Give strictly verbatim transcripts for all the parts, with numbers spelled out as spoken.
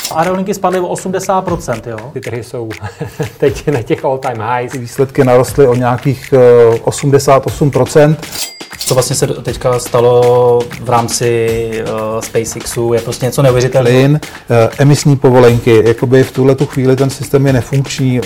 Aerolinky spadly o osmdesát procent, jo? Ty trhy jsou teď na těch all time highs. Výsledky narostly o nějakých osmdesát osm procent. Co vlastně se teďka stalo v rámci uh, SpaceXu, je prostě něco neuvěřitelného. Plyn, uh, emisní povolenky, jakoby v tuhletu chvíli ten systém je nefunkční.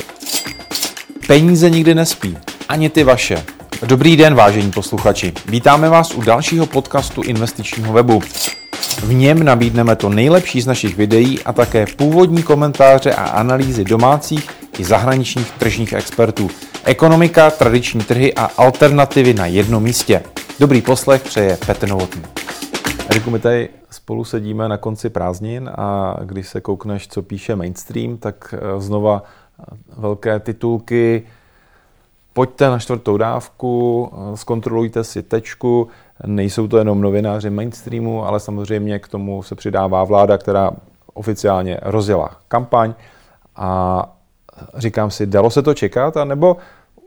Peníze nikdy nespí, ani ty vaše. Dobrý den, vážení posluchači. Vítáme vás u dalšího podcastu investičního webu. V něm nabídneme to nejlepší z našich videí a také původní komentáře a analýzy domácích i zahraničních tržních expertů. Ekonomika, tradiční trhy a alternativy na jednom místě. Dobrý poslech přeje Petr Novotný. Eriku, my tady spolu sedíme na konci prázdnin a když se koukneš, co píše mainstream, tak znova velké titulky. Pojďte na čtvrtou dávku, zkontrolujte si tečku. Nejsou to jenom novináři mainstreamu, ale samozřejmě k tomu se přidává vláda, která oficiálně rozjela kampaň. A říkám si, dalo se to čekat, anebo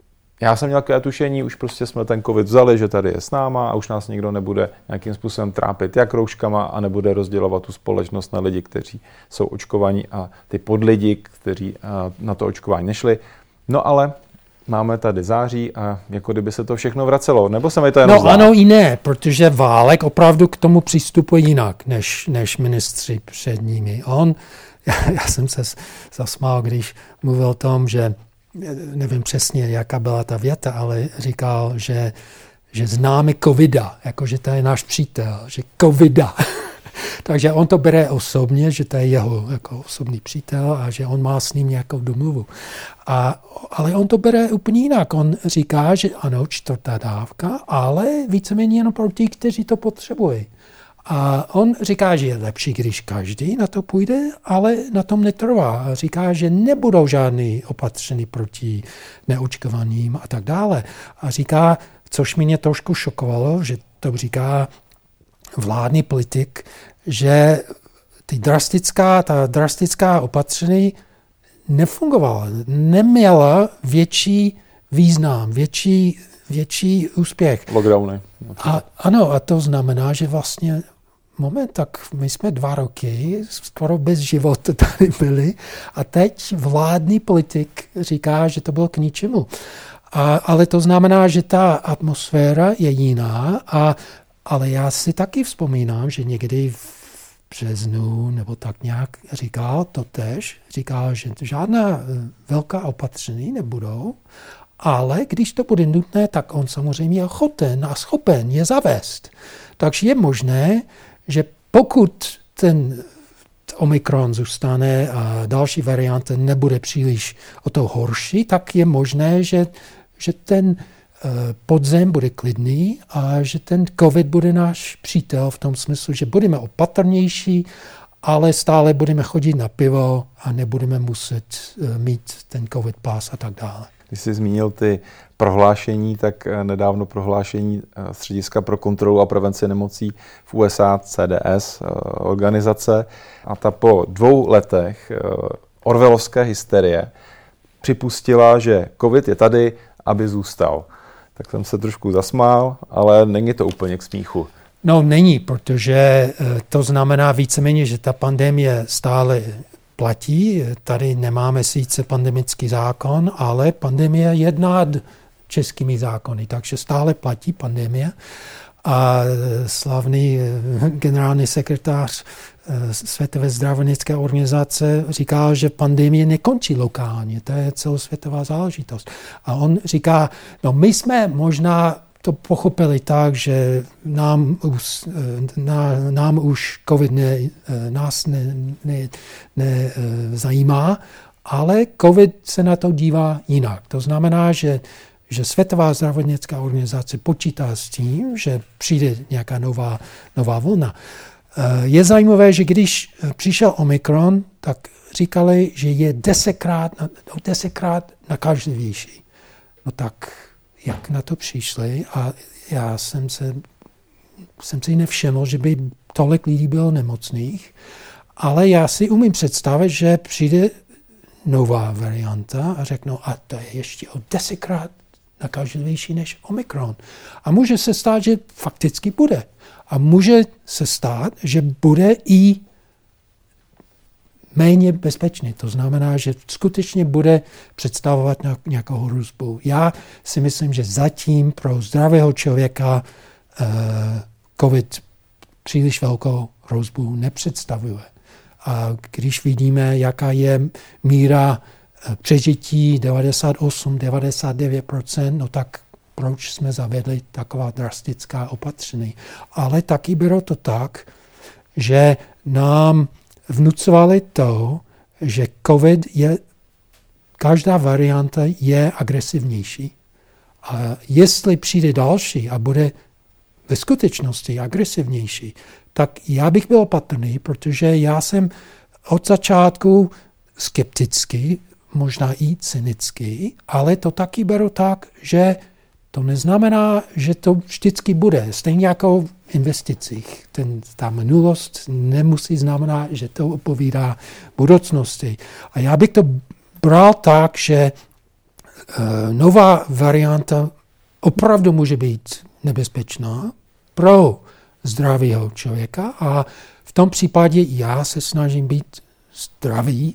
já jsem měl takové tušení, už prostě jsme ten covid vzali, že tady je s náma a už nás nikdo nebude nějakým způsobem trápit jak rouškama a nebude rozdělovat tu společnost na lidi, kteří jsou očkovaní a ty podlidi, kteří na to očkování nešli. No ale máme tady září a jako kdyby se to všechno vracelo, nebo se mi to jenom No zdá? Ano i ne, protože Válek opravdu k tomu přistupuje jinak, než, než ministři před nimi. On, já, já jsem se zasmál, když mluvil o tom, že nevím přesně, jaká byla ta věta, ale říkal, že, že známe covida, jakože to je náš přítel, že covida. Takže on to bere osobně, že to je jeho jako osobní přítel a že on má s ním nějakou domluvu. A, ale on to bere úplně jinak. On říká, že ano, čtvrtá dávka, ale víceméně jenom pro ty, kteří to potřebují. A on říká, že je lepší, když každý na to půjde, ale na tom netrvá. A říká, že nebudou žádný opatření proti neočkovaným a tak dále. A říká, což mě trošku šokovalo, že to říká vládní politik, že ty drastická, ta drastická opatření nefungovala, neměla větší význam, větší, větší úspěch. Lockdowny. A, ano, a to znamená, že vlastně moment, tak my jsme dva roky skoro bez života tady byli a teď vládní politik říká, že to bylo k ničemu. A, ale to znamená, že ta atmosféra je jiná, a, ale já si taky vzpomínám, že někdy v březnu nebo tak nějak říkal to tež, říkal, že žádná velká opatření nebudou, ale když to bude nutné, tak on samozřejmě je ochoten a schopen je zavést. Takže je možné, že pokud ten Omikron zůstane a další varianta nebude příliš o to horší, tak je možné, že, že ten podzem bude klidný a že ten covid bude náš přítel v tom smyslu, že budeme opatrnější, ale stále budeme chodit na pivo a nebudeme muset mít ten covid pass a tak dále. Když jsi zmínil ty prohlášení, tak nedávno prohlášení Střediska pro kontrolu a prevenci nemocí v U S A, C D S, organizace, a ta po dvou letech orwellovské hysterie připustila, že covid je tady, aby zůstal. Tak jsem se trošku zasmál, ale není to úplně k smíchu. No není, protože to znamená víceméně, že ta pandemie stále platí. Tady nemáme sice pandemický zákon, ale pandemie jedná českými zákony, takže stále platí pandemie. A slavný generální sekretář Světové zdravotnické organizace říkal, že pandemie nekončí lokálně, to je celosvětová záležitost. A on říká, no my jsme možná to pochopili tak, že nám už, ná, nám už covid ne, nás ne, ne, ne zajímá, ale covid se na to dívá jinak. To znamená, že, že Světová zdravotnická organizace počítá s tím, že přijde nějaká nová, nová vlna. Je zajímavé, že když přišel Omikron, tak říkali, že je desetkrát, desetkrát nakažlivější. No tak jak na to přišli, a já jsem se jsem si nevšiml, že by tolik lidí bylo nemocných, ale já si umím představit, že přijde nová varianta a řeknou, a to je ještě o desetkrát nakažlivější než Omikron. A může se stát, že fakticky bude. A může se stát, že bude i méně bezpečný. To znamená, že skutečně bude představovat nějakou hrozbu. Já si myslím, že zatím pro zdravého člověka uh, COVID příliš velkou hrozbu nepředstavuje. A když vidíme, jaká je míra přežití devadesát osm devadesát devět procent, no tak proč jsme zavedli taková drastická opatření. Ale taky bylo to tak, že nám vnucovali to, že COVID je, každá varianta je agresivnější. A jestli přijde další a bude ve skutečnosti agresivnější, tak já bych byl opatrný, protože já jsem od začátku skeptický, možná i cynický, ale to taky beru tak, že to neznamená, že to vždycky bude. Stejně jako v investicích. Ten, ta minulost nemusí znamenat, že to odpovídá budoucnosti. A já bych to bral tak, že uh, nová varianta opravdu může být nebezpečná pro zdravého člověka a v tom případě já se snažím být zdravý.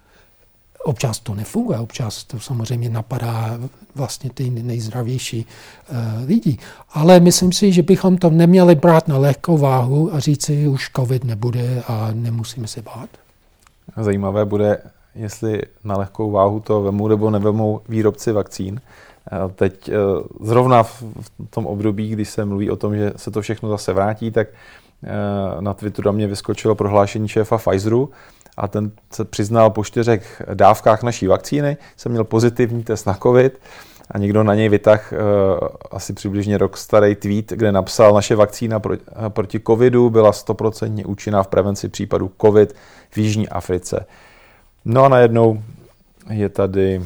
Občas to nefunguje, občas to samozřejmě napadá vlastně ty nejzdravější uh, lidi. Ale myslím si, že bychom to neměli brát na lehkou váhu a říct si, už COVID nebude a nemusíme se bát. Zajímavé bude, jestli na lehkou váhu to vemou nebo nevemou výrobci vakcín. Teď zrovna v tom období, kdy se mluví o tom, že se to všechno zase vrátí, tak na Twitteru mě vyskočilo prohlášení šéfa Pfizeru a ten se přiznal po čtyřech dávkách naší vakcíny, jsem měl pozitivní test na COVID a někdo na něj vytáhl asi přibližně rok starý tweet, kde napsal, naše vakcína proti covidu byla stoprocentně účinná v prevenci případů COVID v Jižní Africe. No a najednou je tady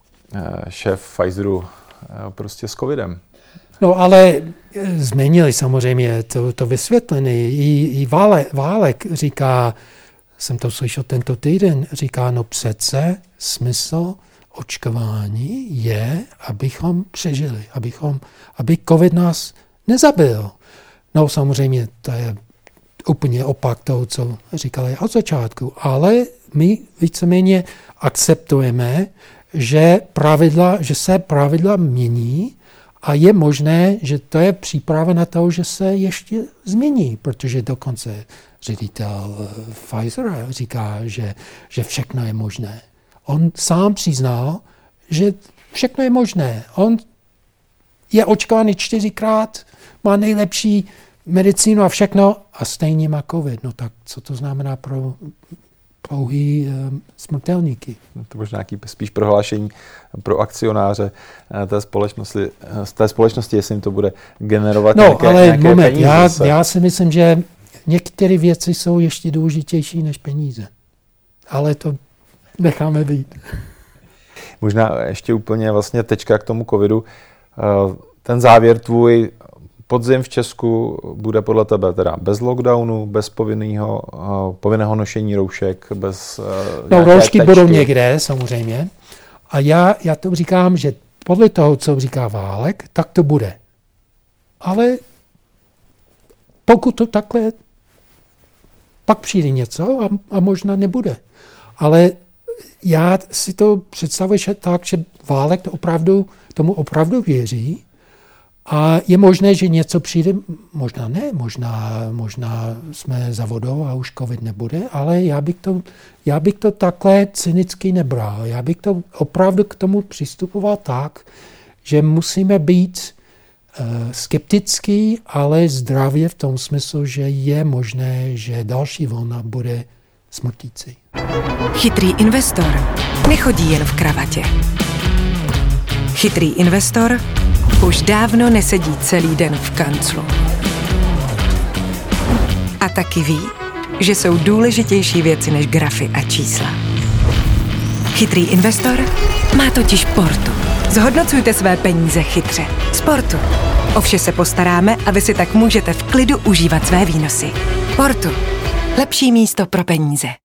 šéf Pfizeru prostě s covidem. No ale změnili samozřejmě to, to vysvětlení. I, i Válek, Válek říká, jsem to slyšel tento týden, říká, no přece smysl očkování je, abychom přežili, abychom, aby covid nás nezabil. No samozřejmě to je úplně opak toho, co říkali od začátku, ale my víceméně akceptujeme, že pravidla, že se pravidla mění a je možné, že to je příprava na to, že se ještě změní, protože dokonce ředitel Pfizer říká, že, že všechno je možné. On sám přiznal, že všechno je možné. On je očkovaný čtyřikrát, má nejlepší medicínu a všechno a stejně má covid. No tak co to znamená pro pouhý um, smrtelníky? To možná nějaký spíš prohlášení pro akcionáře té společnosti, z té společnosti, jestli jim to bude generovat no, nějaké, ale nějaké moment, peníze. Já, já si myslím, že některé věci jsou ještě důležitější než peníze. Ale to necháme být. Možná ještě úplně vlastně tečka k tomu covidu. Ten závěr tvůj, podzim v Česku bude podle tebe teda bez lockdownu, bez povinného, povinného nošení roušek, bez no, roušky tečky. Budou někde, samozřejmě. A já, já to říkám, že podle toho, co říká Válek, tak to bude. Ale pokud to takhle, pak přijde něco a, a možná nebude. Ale já si to představuji tak, že Válek to opravdu, tomu opravdu věří a je možné, že něco přijde, možná ne, možná, možná jsme za vodou a už covid nebude, ale já bych to, já bych to takhle cynicky nebral. Já bych to opravdu k tomu přistupoval tak, že musíme být uh, skeptický, ale zdravě v tom smyslu, že je možné, že další vlna bude smrtící. Chytrý investor nechodí jen v kravatě. Chytrý investor už dávno nesedí celý den v kanclu. A taky ví, že jsou důležitější věci než grafy a čísla. Chytrý investor má totiž Portu. Zhodnocujte své peníze chytře. S Portu. O vše se postaráme a vy si tak můžete v klidu užívat své výnosy. Portu. Lepší místo pro peníze.